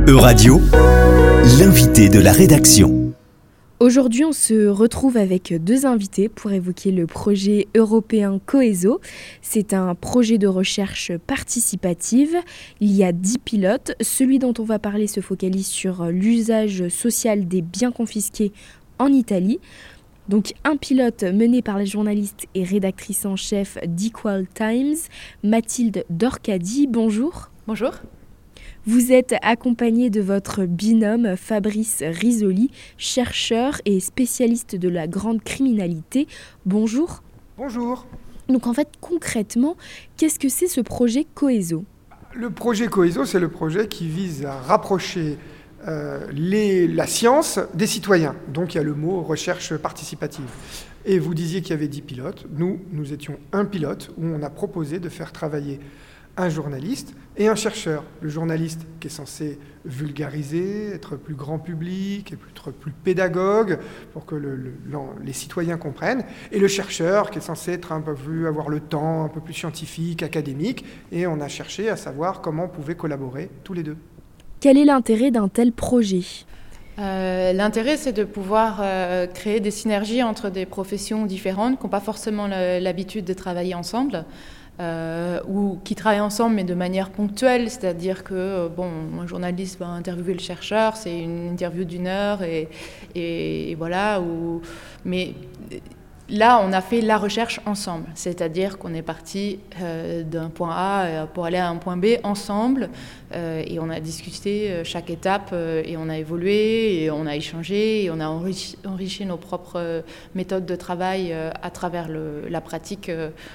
Euradio, l'invité de la rédaction. Aujourd'hui, on se retrouve avec deux invités pour évoquer le projet européen Coeso. C'est un projet de recherche participative. Il y a 10 pilotes. Celui dont on va parler se focalise sur l'usage social des biens confisqués en Italie. Donc un pilote mené par la journaliste et rédactrice en chef d'Equal Times, Mathilde Dorcadi. Bonjour. Bonjour. Vous êtes accompagné de votre binôme Fabrice Risoli, chercheur et spécialiste de la grande criminalité. Bonjour. Bonjour. Donc en fait, concrètement, qu'est-ce que c'est ce projet Coeso ? Le projet Coeso, c'est le projet qui vise à rapprocher la science des citoyens. Donc il y a le mot recherche participative. Et vous disiez qu'il y avait 10 pilotes. Nous étions un pilote où on a proposé de faire travailler un journaliste et un chercheur. Le journaliste qui est censé vulgariser, être plus grand public, être plus pédagogue pour que les citoyens comprennent, et le chercheur qui est censé être un peu plus, avoir le temps, un peu plus scientifique, académique, et on a cherché à savoir comment on pouvait collaborer tous les deux. Quel est l'intérêt d'un tel projet ? L'intérêt, c'est de pouvoir créer des synergies entre des professions différentes qui n'ont pas forcément l'habitude de travailler ensemble. Ou qui travaillent ensemble mais de manière ponctuelle, c'est-à-dire que un journaliste va interviewer le chercheur, c'est une interview d'1 heure et voilà. Mais là, on a fait la recherche ensemble, c'est-à-dire qu'on est parti d'un point A pour aller à un point B ensemble et on a discuté chaque étape et on a évolué et on a échangé et on a enrichi nos propres méthodes de travail à travers la pratique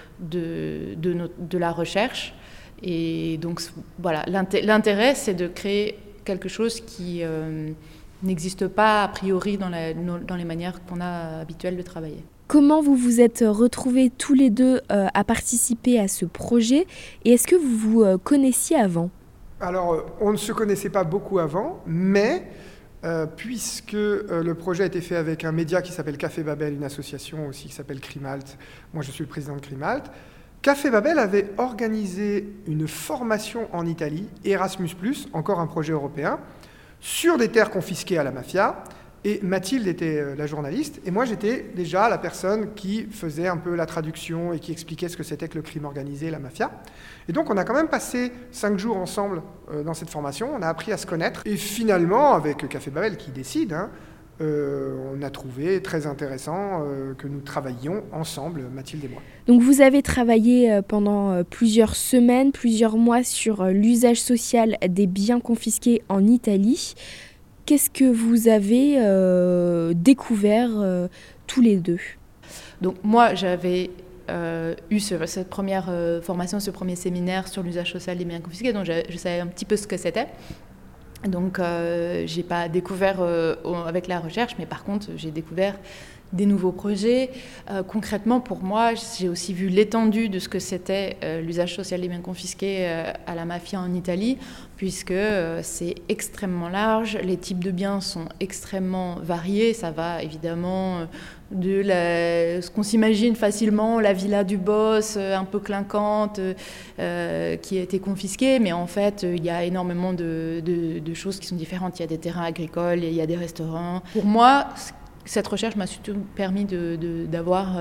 de la recherche. Et donc voilà, l'intérêt, c'est de créer quelque chose qui n'existe pas a priori dans les manières qu'on a habituelles de travailler. Comment vous vous êtes retrouvés tous les deux à participer à ce projet et est-ce que vous vous connaissiez avant ? Alors, on ne se connaissait pas beaucoup avant, mais puisque le projet a été fait avec un média qui s'appelle Café Babel, une association aussi qui s'appelle Crimalt, moi je suis le président de Crimalt, Café Babel avait organisé une formation en Italie, Erasmus+, encore un projet européen, sur des terres confisquées à la mafia. Et Mathilde était la journaliste, et moi j'étais déjà la personne qui faisait un peu la traduction et qui expliquait ce que c'était que le crime organisé, la mafia. Et donc on a quand même passé 5 jours ensemble dans cette formation, on a appris à se connaître. Et finalement, avec Café Babel qui décide, on a trouvé très intéressant que nous travaillions ensemble, Mathilde et moi. Donc vous avez travaillé pendant plusieurs semaines, plusieurs mois sur l'usage social des biens confisqués en Italie. Qu'est-ce que vous avez découvert tous les deux ? Donc moi, j'avais eu cette première formation, ce premier séminaire sur l'usage social des biens confisqués, donc je savais un petit peu ce que c'était. Donc je n'ai pas découvert avec la recherche, mais par contre, j'ai découvert des nouveaux projets. Concrètement, pour moi, j'ai aussi vu l'étendue de ce que c'était l'usage social des biens confisqués à la mafia en Italie, puisque c'est extrêmement large, les types de biens sont extrêmement variés, ça va évidemment de ce qu'on s'imagine facilement, la villa du boss, un peu clinquante, qui a été confisquée, mais en fait, il y a énormément de choses qui sont différentes. Il y a des terrains agricoles, il y a des restaurants. Pour moi, cette recherche m'a surtout permis d'avoir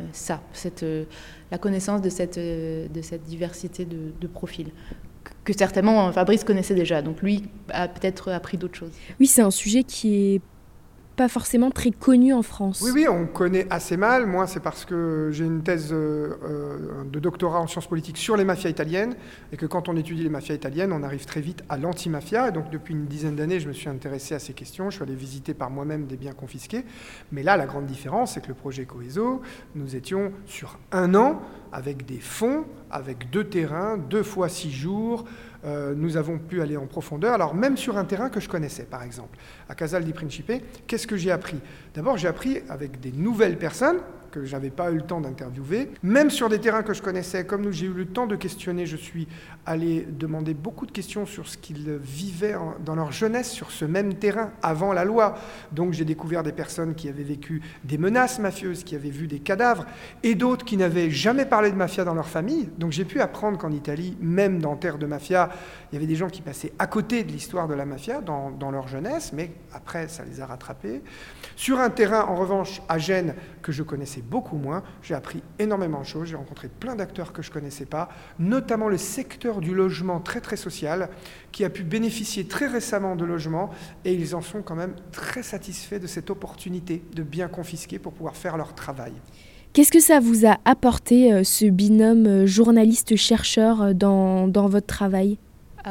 la connaissance de cette diversité de profils, que certainement Fabrice connaissait déjà. Donc lui a peut-être appris d'autres choses. Oui, c'est un sujet qui est pas forcément très connu en France. Oui, on connaît assez mal. Moi, c'est parce que j'ai une thèse de doctorat en sciences politiques sur les mafias italiennes, et que quand on étudie les mafias italiennes, on arrive très vite à l'anti-mafia. Et donc, depuis une dizaine d'années, je me suis intéressé à ces questions. Je suis allé visiter par moi-même des biens confisqués. Mais là, la grande différence, c'est que le projet Coeso, nous étions sur 1 an, avec des fonds, avec 2 terrains, 2 fois 6 jours. Nous avons pu aller en profondeur, alors même sur un terrain que je connaissais, par exemple. À Casal di Principe, qu'est-ce que j'ai appris ? D'abord, j'ai appris avec des nouvelles personnes que je n'avais pas eu le temps d'interviewer. Même sur des terrains que je connaissais, comme j'ai eu le temps de questionner, je suis allé demander beaucoup de questions sur ce qu'ils vivaient dans leur jeunesse sur ce même terrain avant la loi. Donc j'ai découvert des personnes qui avaient vécu des menaces mafieuses, qui avaient vu des cadavres, et d'autres qui n'avaient jamais parlé de mafia dans leur famille. Donc j'ai pu apprendre qu'en Italie, même dans terre de mafia, il y avait des gens qui passaient à côté de l'histoire de la mafia dans leur jeunesse, mais après ça les a rattrapés. Sur un terrain, en revanche, à Gênes, que je connaissais beaucoup moins, j'ai appris énormément de choses, j'ai rencontré plein d'acteurs que je ne connaissais pas, notamment le secteur du logement très très social, qui a pu bénéficier très récemment de logements, et ils en sont quand même très satisfaits de cette opportunité de bien confisquer pour pouvoir faire leur travail. Qu'est-ce que ça vous a apporté, ce binôme journaliste-chercheur dans votre travail ?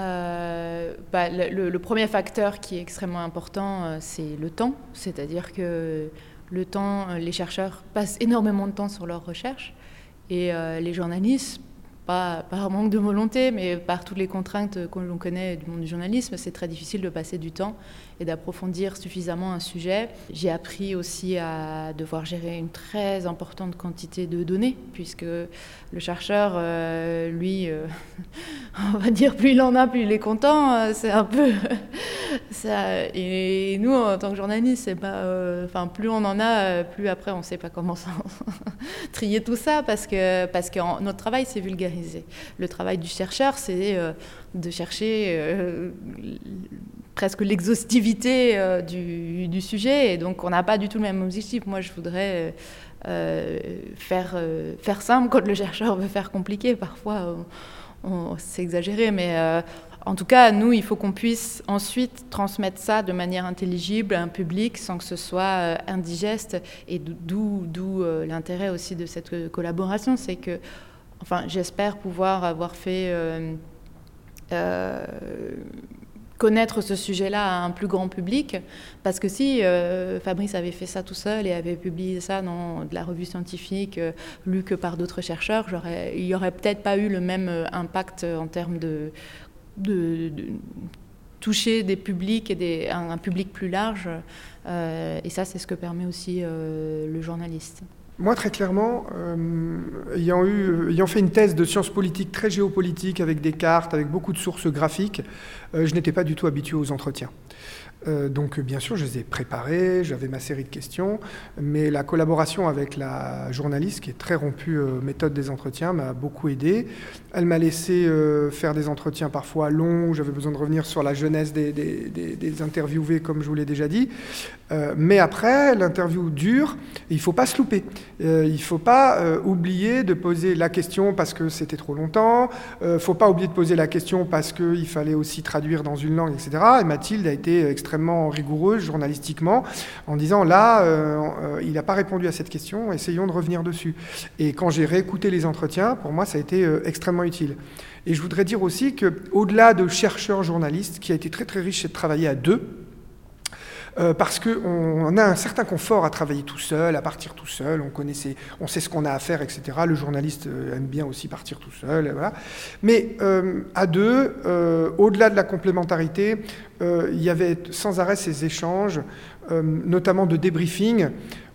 Le premier facteur qui est extrêmement important, c'est le temps. C'est-à-dire que le temps, les chercheurs passent énormément de temps sur leurs recherches et les journalistes, pas par manque de volonté, mais par toutes les contraintes que l'on connaît du monde du journalisme, c'est très difficile de passer du temps et d'approfondir suffisamment un sujet. J'ai appris aussi à devoir gérer une très importante quantité de données, puisque le chercheur, lui, on va dire, plus il en a, plus il est content. C'est un peu ça. Et nous, en tant que journalistes, c'est pas, plus on en a, plus après on sait pas comment trier tout ça, parce que notre travail, c'est vulgariser. Le travail du chercheur, c'est de chercher presque l'exhaustivité du sujet, et donc on n'a pas du tout le même objectif. Moi, je voudrais faire simple quand le chercheur veut faire compliqué. Parfois, c'est exagéré, mais en tout cas, nous, il faut qu'on puisse ensuite transmettre ça de manière intelligible à un public sans que ce soit indigeste, et d'où l'intérêt aussi de cette collaboration, c'est que j'espère pouvoir avoir fait connaître ce sujet-là à un plus grand public, parce que si Fabrice avait fait ça tout seul et avait publié ça dans de la revue scientifique, lu que par d'autres chercheurs, il n'y aurait peut-être pas eu le même impact en termes de toucher des publics et un public plus large, et ça, c'est ce que permet aussi le journaliste. Moi, très clairement, ayant fait une thèse de sciences politiques très géopolitique, avec des cartes, avec beaucoup de sources graphiques, je n'étais pas du tout habitué aux entretiens. Donc, bien sûr, je les ai préparés, j'avais ma série de questions, mais la collaboration avec la journaliste, qui est très rompue aux méthodes des entretiens, m'a beaucoup aidé. Elle m'a laissé faire des entretiens parfois longs, où j'avais besoin de revenir sur la jeunesse des interviewés, comme je vous l'ai déjà dit. Mais après, l'interview dure, et il ne faut pas se louper. Il ne faut pas oublier de poser la question parce que c'était trop longtemps. Il ne faut pas oublier de poser la question parce qu'il fallait aussi traduire dans une langue, etc. Et Mathilde a été extrêmement rigoureuse journalistiquement en disant là, il n'a pas répondu à cette question, essayons de revenir dessus. Et quand j'ai réécouté les entretiens, pour moi, ça a été extrêmement utile. Et je voudrais dire aussi qu'au-delà de chercheurs journalistes, qui a été très très riche, c'est de travailler à deux, parce qu'on a un certain confort à travailler tout seul, à partir tout seul, on sait ce qu'on a à faire, etc. Le journaliste aime bien aussi partir tout seul, voilà. Mais à deux, au-delà de la complémentarité, il y avait sans arrêt ces échanges, notamment de débriefing.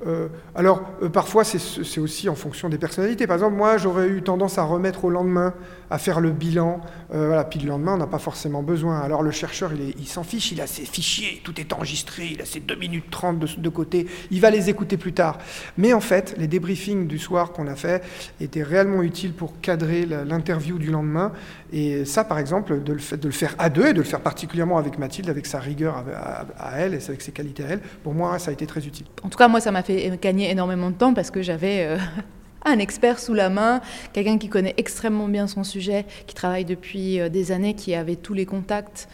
Parfois, c'est aussi en fonction des personnalités. Par exemple, moi, j'aurais eu tendance à remettre au lendemain, à faire le bilan. Puis le lendemain, on n'a pas forcément besoin. Alors le chercheur, il s'en fiche, il a ses fichiers, tout est enregistré, il a ses 2 minutes 30 de côté, il va les écouter plus tard. Mais en fait, les débriefings du soir qu'on a fait étaient réellement utiles pour cadrer l'interview du lendemain. Et ça, par exemple, de le faire à deux, et de le faire particulièrement avec Mathilde, avec sa rigueur à elle, et avec ses qualités à elle, pour moi, ça a été très utile. En tout cas, moi, ça m'a fait gagner énormément de temps parce que j'avais un expert sous la main, quelqu'un qui connaît extrêmement bien son sujet, qui travaille depuis des années, qui avait tous les contacts.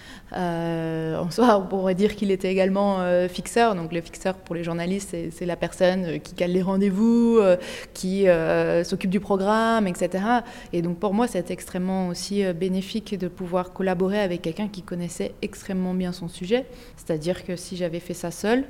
En soi, on pourrait dire qu'il était également fixeur. Donc le fixeur pour les journalistes, c'est la personne qui cale les rendez-vous, qui s'occupe du programme, etc. Et donc pour moi, c'est extrêmement aussi bénéfique de pouvoir collaborer avec quelqu'un qui connaissait extrêmement bien son sujet. C'est-à-dire que si j'avais fait ça seule,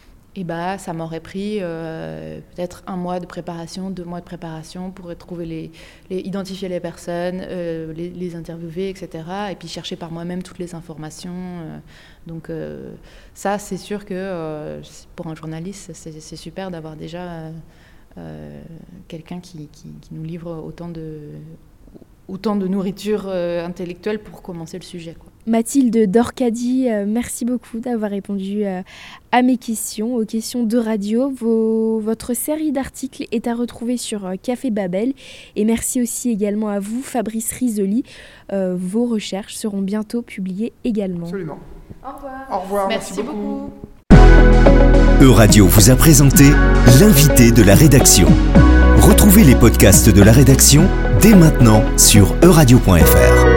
ça m'aurait pris peut-être 1 mois de préparation, 2 mois de préparation pour identifier les personnes, les interviewer, etc. Et puis chercher par moi-même toutes les informations. Donc ça, c'est sûr que pour un journaliste, c'est super d'avoir déjà quelqu'un qui nous livre autant de nourriture intellectuelle pour commencer le sujet, quoi. Mathilde Dorcadi, merci beaucoup d'avoir répondu à mes questions, aux questions de radio. Votre série d'articles est à retrouver sur Café Babel. Et merci aussi également à vous, Fabrice Risoli. Vos recherches seront bientôt publiées également. Absolument. Au revoir. Au revoir, merci beaucoup. Euradio vous a présenté l'invité de la rédaction. Retrouvez les podcasts de la rédaction dès maintenant sur euradio.fr.